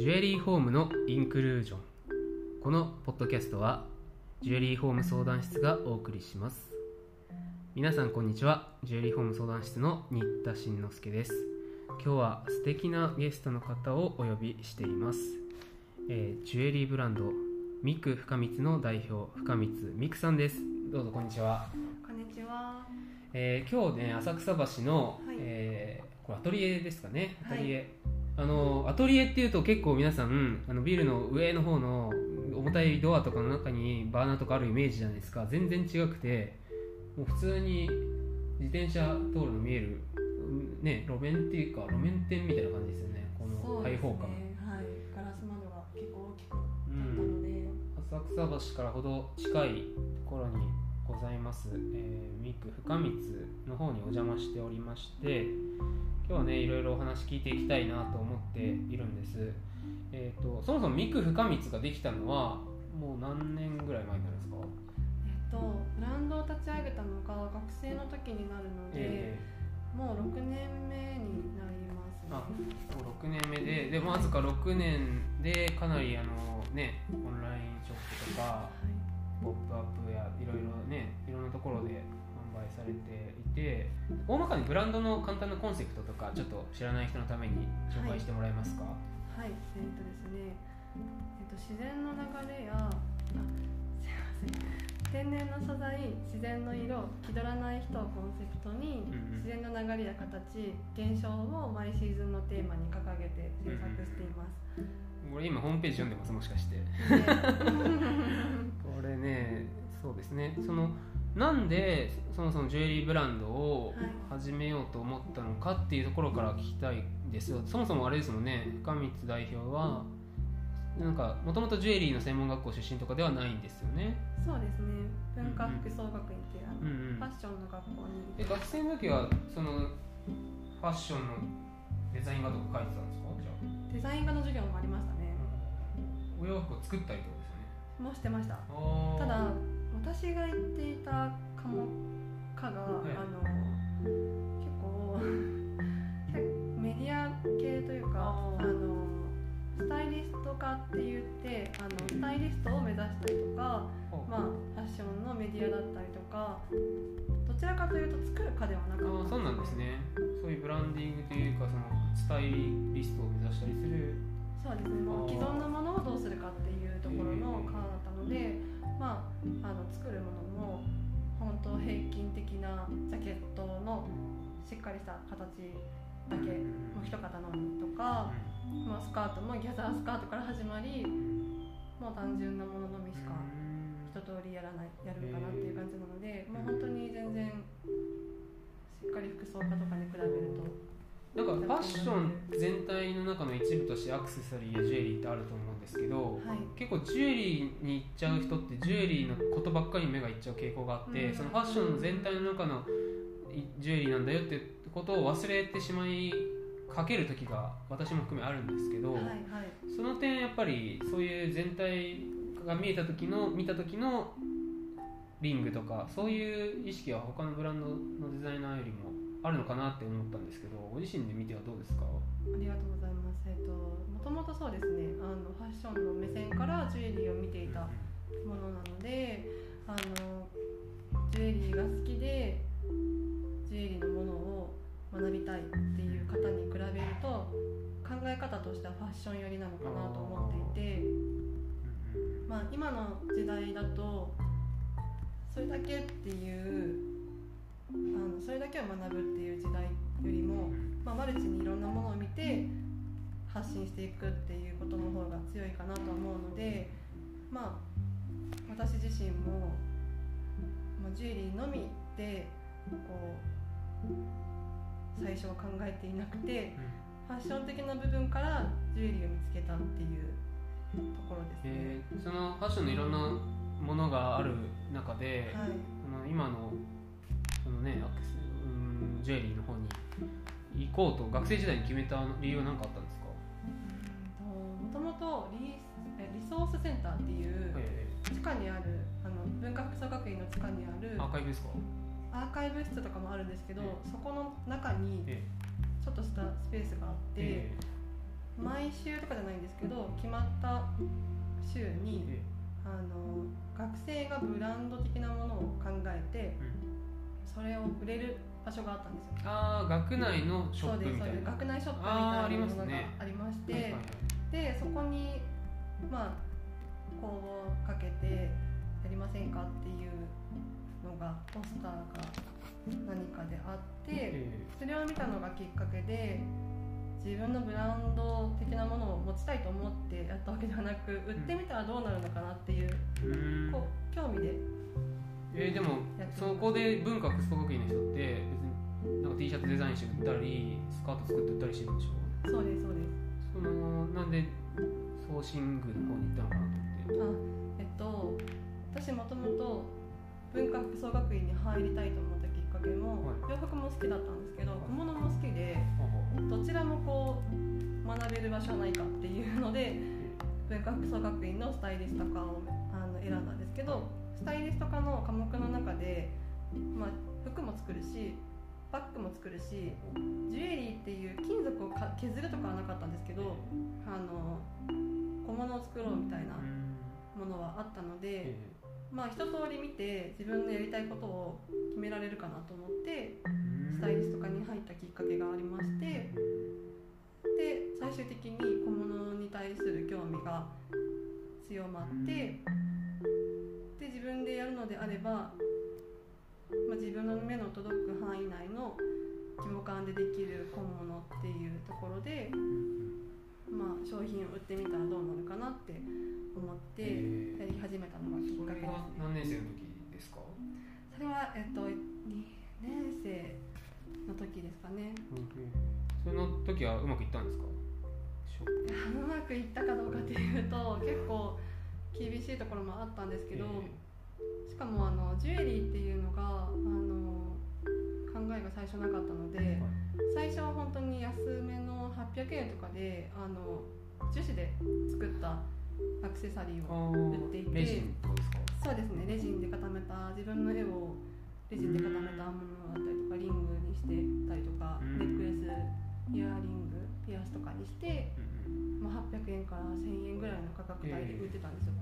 ジュエリーホームのインクルージョン。このポッドキャストはジュエリーホーム相談室がお送りします。皆さんこんにちは。ジュエリーホーム相談室の新田慎之介です。今日は素敵なゲストの方をお呼びしています。ジュエリーブランドミク深光の代表深光ミクさんです。どうぞこんにちは。 こんにちは。 今日ね浅草橋の、 はいこれアトリエですかね。アトリエ、 はい、 アトリエっていうと結構皆さんビルの上の方の重たいドアとかの中にバーナーとかあるイメージじゃないですか。全然違くて、もう普通に自転車通るの見える、ね、路面っていうか路面店みたいな感じですよね。この開放感、 はい、ガラス窓が結構大きくなったので、 浅草橋からほど近いところにございます、ミク深光の方にお邪魔しておりまして、今日はねいろいろお話聞いていきたいなと思っているんです。そもそもミク深光ができたのはもう何年ぐらい前になるんですか？ ブランドを立ち上げたのが学生の時になるので、もう6年目になりますね。 もう6年目でわずか6年でかなりね、オンラインショップとか、ポップアップやいろいろね、いろんなところで販売されていて、大まかにブランドの簡単なコンセプトとかちょっと知らない人のために紹介してもらえますか？ はい、ですね、自然の流れやすいません、天然の素材、自然の色、気取らない人をコンセプトに、自然の流れや形、現象を毎シーズンのテーマに掲げて制作しています。 これ今ホームページ読んでます、もしかしてこれね、そうですね、なんでそもそもジュエリーブランドを始めようと思ったのかっていうところから聞きたいですよ。そもそもあれですもんね、深光代表はなんかもともとジュエリーの専門学校出身とかではないんですよね。 そうですね、文化服装学院っていうファッションの学校に。 学生の時はそのファッションのデザイン画とか描いてたんですか？じゃあデザイン画の授業もありましたね。 お洋服を作ったりとかですよね。 もしてました。ただ私が行っていた科目が、結構メディア系というか、スタイリスト科って言ってスタイリストを目指したりとか、ファッションのメディアだったりとか、どちらかというと作る科ではなかったんです。 そうなんですね。そういうブランディングというか、そのスタイリストを目指したりする。 そうですね、もう既存のものをどうするかっていうところの科だったので、作るものも本当平均的なジャケットのしっかりした形だけ、もう一型のみとか、スカートもギャザースカートから始まり、もう単純なもののみしか一通りやるかなっていう感じなので、もう本当に全然しっかり服装家とかに比べると、 なんかファッション全体の中の一部としてアクセサリーやジュエリーってあると思うんですけど、結構ジュエリーに行っちゃう人ってジュエリーのことばっかりに目がいっちゃう傾向があって、そのファッションの全体の中のジュエリーなんだよってことを忘れてしまいかける時が私も含めあるんですけど、その点やっぱりそういう全体が見た時のリングとかそういう意識は他のブランドのデザイナーよりもあるのかなって思ったんですけど、ご自身で見てはどうですか？ ありがとうございます。もともとそうですね、ファッションの目線からジュエリーを見ていたものなので、ジュエリーが好きでジュエリーのものを学びたいっていう方に比べると、考え方としてはファッション寄りなのかなと思っていて、今の時代だとそれだけっていうそれだけを学ぶっていう時代よりも、マルチにいろんなものを見て発信していくっていうことの方が強いかなと思うので、私自身も、ジュエリーのみで最初は考えていなくて、ファッション的な部分からジュエリーを見つけたっていうところですね。 そのファッションのいろんなものがある中で、今のそのね、ジュエリーの方に行こうと学生時代に決めた理由は何かあったんですか？ もともとリソースセンターっていう地下にある文化服装学院の地下にあるアーカイブですか？ アーカイブ室とかもあるんですけど、そこの中にちょっとしたスペースがあって、 毎週とかじゃないんですけど、決まった週に学生がブランド的なものを考えて、それを売れる場所があったんですよ。 学内のショップみたいな。 そうです、学内ショップみたいなものがありまして、でそこに公募をかけてやりませんかっていうのがポスターが何かであって、それを見たのがきっかけで、自分のブランド的なものを持ちたいと思ってやったわけではなく、売ってみたらどうなるのかなっていう、興味で。 でもそこで文化服装学院の人って別になんか T シャツデザインして売ったりスカート作って売ったりしてるんでしょ。 そうですそうです。 なんでソーシングの方に行ったのかなと思って。 私もともと文化服装学院に入りたいと思ったきっかけも、洋服も好きだったんですけど、小物も好きで、どちらもこう学べる場所はないかっていうので、文化服装学院のスタイリスト科を選んだんですけど、スタイリスト科の科目の中で、服も作るしバッグも作るし、ジュエリーっていう金属を削るとかはなかったんですけど、小物を作ろうみたいなものはあったので、一通り見て自分のやりたいことを決められるかなと思ってスタイリスト科に入ったきっかけがありまして、で最終的に小物に対する興味が強まって、で自分でやるのであれば、自分の目の届く範囲内の規模感でできる小物っていうところで、商品を売ってみたらどうなるかなって思ってやり始めたのがきっかけですね。 それは何年生の時ですか？ それは、2年生の時ですかね。 その時はうまくいったんですか？ うまくいったかどうかっていうと結構厳しいところもあったんですけど、しかもジュエリーっていうのが考えが最初なかったので、最初は本当に安めの800円とかで樹脂で作ったアクセサリーを売っていて、 レジンとかですか？ そうですね、レジンで固めた、自分の絵をレジンで固めたものだったりとか、リングにしてたりとか、ネックレス、イヤリング、ピアスとかにして、800円から1000円ぐらいの価格帯で売ってたんですよ。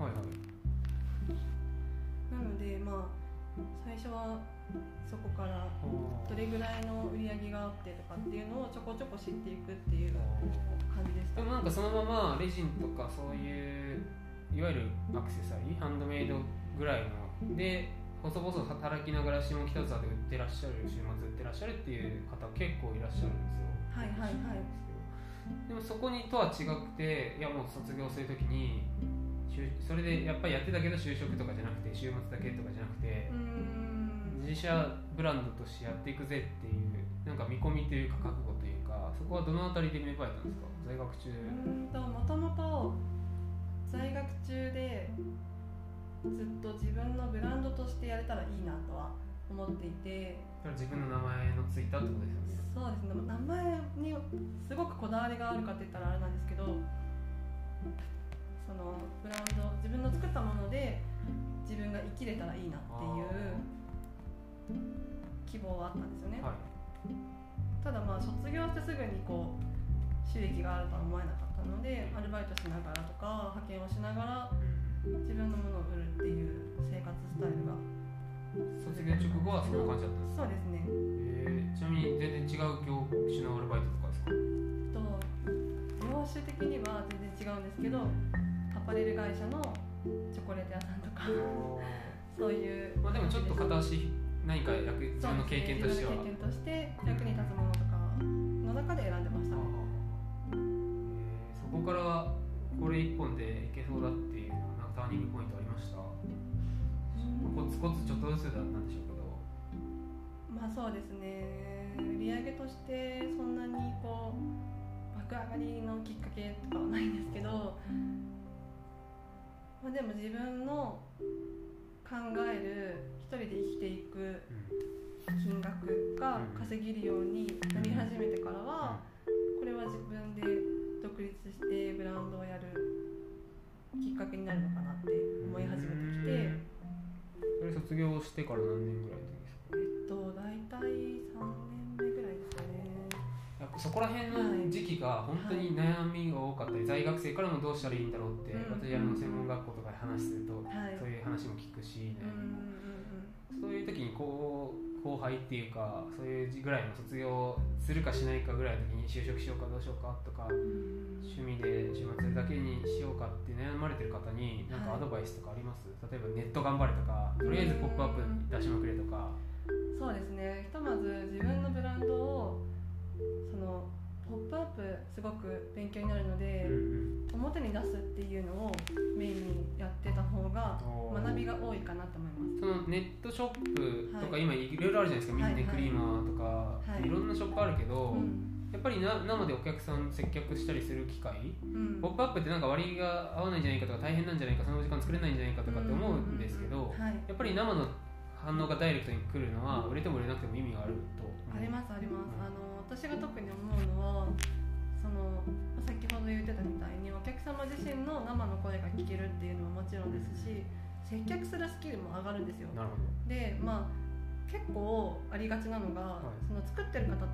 なので最初はそこからどれぐらいの売り上げがあってとかっていうのをちょこちょこ知っていくっていう感じでした。 でもなんかそのままレジンとかそういういわゆるアクセサリー、ハンドメイドぐらいので細々働きながら下北沢で売ってらっしゃる、週末売ってらっしゃるっていう方結構いらっしゃるんですよ。でもそこにとは違くて、いやもう卒業するときにそれでやっぱりやってたけど就職とかじゃなくて週末だけとかじゃなくて、自社ブランドとしてやっていくぜっていうなんか見込みというか覚悟というか、そこはどのあたりで芽生えたんですか？在学中。 もともと在学中でずっと自分のブランドとしてやれたらいいなとは思っていて、 自分の名前のついたってことですよね。 そうですね、名前にすごくこだわりがあるかって言ったらあれなんですけど、そのブランド、自分の作ったもので自分が生きれたらいいなっていう希望はあったんですよね。ただ卒業してすぐに収益があるとは思えなかったので、アルバイトしながらとか派遣をしながら自分のものを売るっていう生活スタイルが。 卒業直後はそんな感じだったんですか？ そうですね。 ちなみに全然違う業種のアルバイトとかですか？ 業種的には全然違うんですけど、アパレル会社のチョコレート屋さんとかそういう、 でもちょっと片足何か自分の経験としては、 自分の経験として役に立つものとかの中で選んでました。 そこからこれ一本でいけそうだっていうなんかターニングポイントありました？コツコツちょっとずつだったんでしょうけど。 そうですね、売り上げとしてそんなに爆上がりのきっかけとかはないんですけど、でも自分の考える一人で生きていく金額が稼げるようになり始めてからは、これは自分で独立してブランドをやるきっかけになるのかなって思い始めてきて。 それ卒業してから何年ぐらいですか？ 大体3年目ぐらいですかね。 やっそこら辺の時期が本当に悩みが多かったり、在学生からもどうしたらいいんだろうって、私専門学校とかで話すると、そういう話も聞くし、そういう時に後輩っていうか、そういうぐらいの卒業するかしないかぐらいの時に就職しようかどうしようかとか、趣味で週末だけにしようかって悩まれてる方に何かアドバイスとかあります？例えばネット頑張れとか、とりあえずポップアップ出しまくれとか。 そうですね、ひとまず自分のブランドをそのポップアップすごく勉強になるので、表に出すっていうのをメインにやってた方が学びが多いかなと思います。 そのネットショップとか、今いろいろあるじゃないですか、ミンネクリーマーとか、いろんなショップあるけど、やっぱり生でお客さん接客したりする機会、ポップアップってなんか割が合わないんじゃないかとか、大変なんじゃないか、その時間作れないんじゃないかとかって思うんですけど、やっぱり生の反応がダイレクトに来るのは売れても売れなくても意味があると。 ありますあります。私が特に思うのは、その先ほど言ってたみたいにお客様自身の生の声が聞けるっていうのももちろんですし、接客するスキルも上がるんですよ。 なるほど。 で、結構ありがちなのが、その作ってる方って、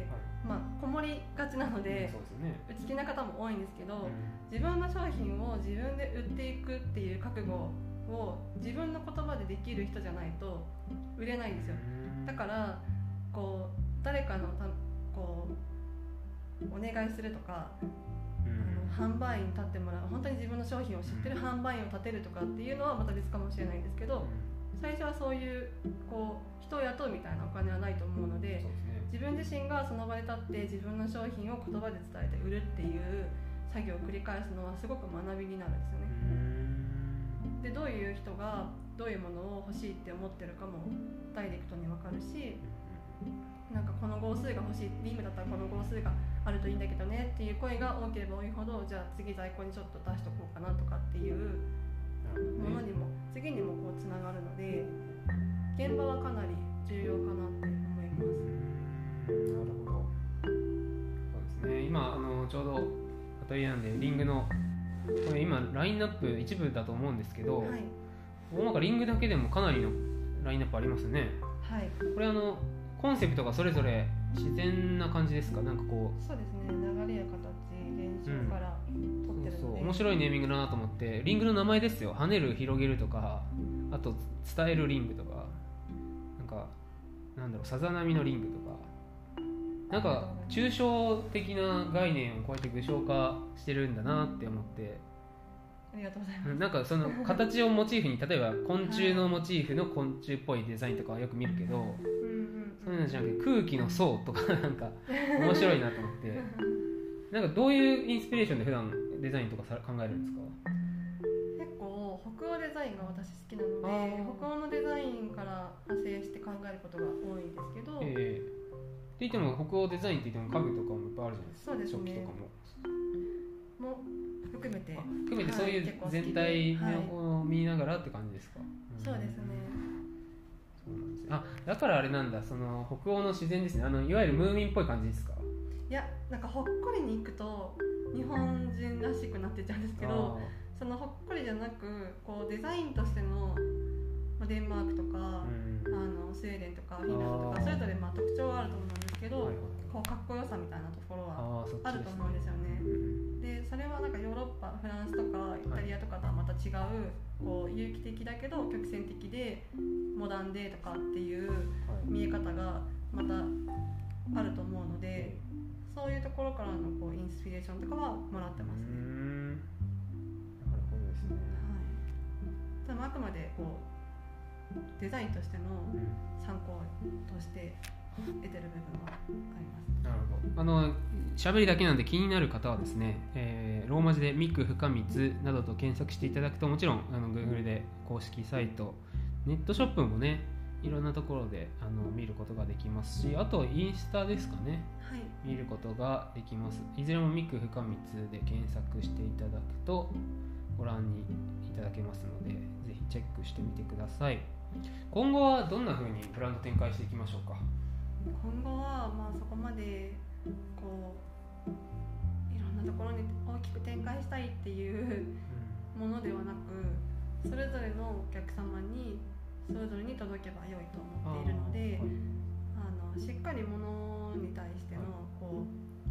こもりがちなので、内気な方も多いんですけど、自分の商品を自分で売っていくっていう覚悟を自分の言葉でできる人じゃないと売れないんですよ。だからこう誰かのこうお願いするとか、販売員に立ってもらう、本当に自分の商品を知ってる販売員を立てるとかっていうのはまた別かもしれないんですけど、最初はそういう人を雇うみたいなお金はないと思うので、自分自身がその場で立って自分の商品を言葉で伝えて売るっていう作業を繰り返すのはすごく学びになるんですよね。で、どういう人がどういうものを欲しいって思ってるかもダイレクトに分かるし、なんかこの号数が欲しい、リームだったらこの号数があるといいんだけどねっていう声が多ければ多いほど、じゃあ次在庫にちょっと出しとこうかなとかっていうものにも次にもこうつながるので、現場はかなり重要かなって思います。 なるほど。そうですね。今ちょうどアトリエなんでリングのこれ今ラインナップ一部だと思うんですけど、なんかリングだけでもかなりのラインナップありますね。これコンセプトがそれぞれ自然な感じですか？なんかこう。 そうですね。流れや形、現象から取ってるので、 面白いネーミングだなと思って、リングの名前ですよ。跳ねる、広げるとか、あと伝えるリングとか、なんかなんだろう、さざ波のリングとか、なんか抽象的な概念をこうやって具象化してるんだなって思って。 ありがとうございます。 なんかその形をモチーフに、例えば昆虫のモチーフの昆虫っぽいデザインとかはよく見るけど、そういうのじゃなくて空気の層とかなんか面白いなと思ってなんかどういうインスピレーションで普段デザインとか考えるんですか？ 結構北欧デザインが私好きなので、北欧のデザインから派生して考えることが多いんですけど、 って言っても北欧デザインって言っても家具とかもいっぱいあるじゃないですか。 そうですね。 食器とかも含めてそういう全体を見ながらって感じですか？ そうですね。 そうなんですね。だからあれなんだ、その北欧の自然ですね。いわゆるムーミンっぽい感じですか？ いや、なんかほっこりに行くと日本人らしくなってっちゃうんですけど、そのほっこりじゃなくこうデザインとしてのデンマークとか、スウェーデンとかフィンランドとかそれぞれ特徴はあると思うんですけど、こうかっこよさみたいなところはあると思うんですよね。で、それはなんかヨーロッパ、フランスとかイタリアとかとはまた違う、こう有機的だけど曲線的でモダンでとかっていう見え方がまたあると思うので、そういうところからのこうインスピレーションとかはもらってますね。 なるほどですね。 でもあくまでこうデザインとしての参考として得てる部分はあります。 なるほど。喋りだけなんで気になる方はですね、ローマ字でミク深光などと検索していただくと、もちろんGoogle で公式サイト、ネットショップもね、いろんなところで見ることができますし、あとインスタですかね、見ることができます。いずれもミク深光で検索していただくとご覧にいただけますので、ぜひチェックしてみてください。今後はどんな風にブランド展開していきましょうか？ 今後はそこまでこういろんなところに大きく展開したいっていうものではなく、それぞれのお客様にそれぞれに届けば良いと思っているので、しっかりものに対してのこう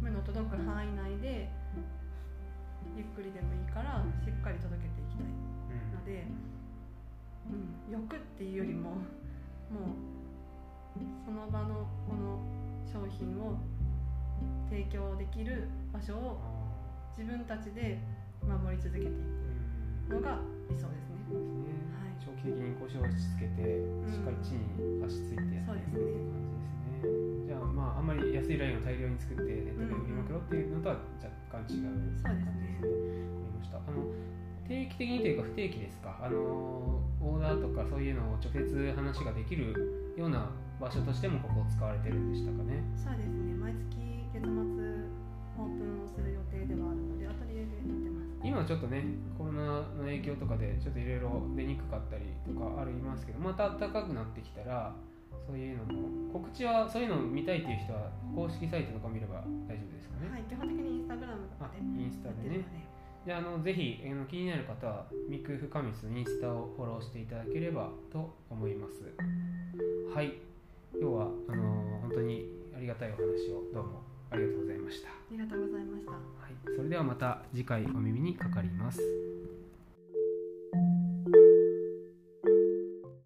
目の届く範囲内でゆっくりでもいいからしっかり届けていきたいので、欲っていうよりももうその場のこの商品を提供できる場所を自分たちで守り続けていくのが理想ですね。 はい、長期的に腰を落ち着けてしっかり地に足ついてやっていくっていう感じですね。じゃああんまり安いラインを大量に作ってネットで売りまくろうっていうのとは若干違う感じですね。わかりました。定期的にというか不定期ですか、オーダーとかそういうのを直接話ができるような場所としてもここを使われてるんでしたかね。 そうですね、毎月月末オープンをする予定ではあるのでアトリエでやってます。 今ちょっとねコロナの影響とかでちょっといろいろ出にくかったりとかありますけど、また暖かくなってきたらそういうのも告知はそういうのを見たいという人は公式サイトとか見れば大丈夫ですかね。 はい、基本的にインスタグラムとかでインスタでね。じゃあぜひ気になる方はミクフカミスのインスタをフォローしていただければと思います。はい、今日は本当にありがたいお話をどうもありがとうございました。 ありがとうございました。 はい、それではまた次回お耳にかかります。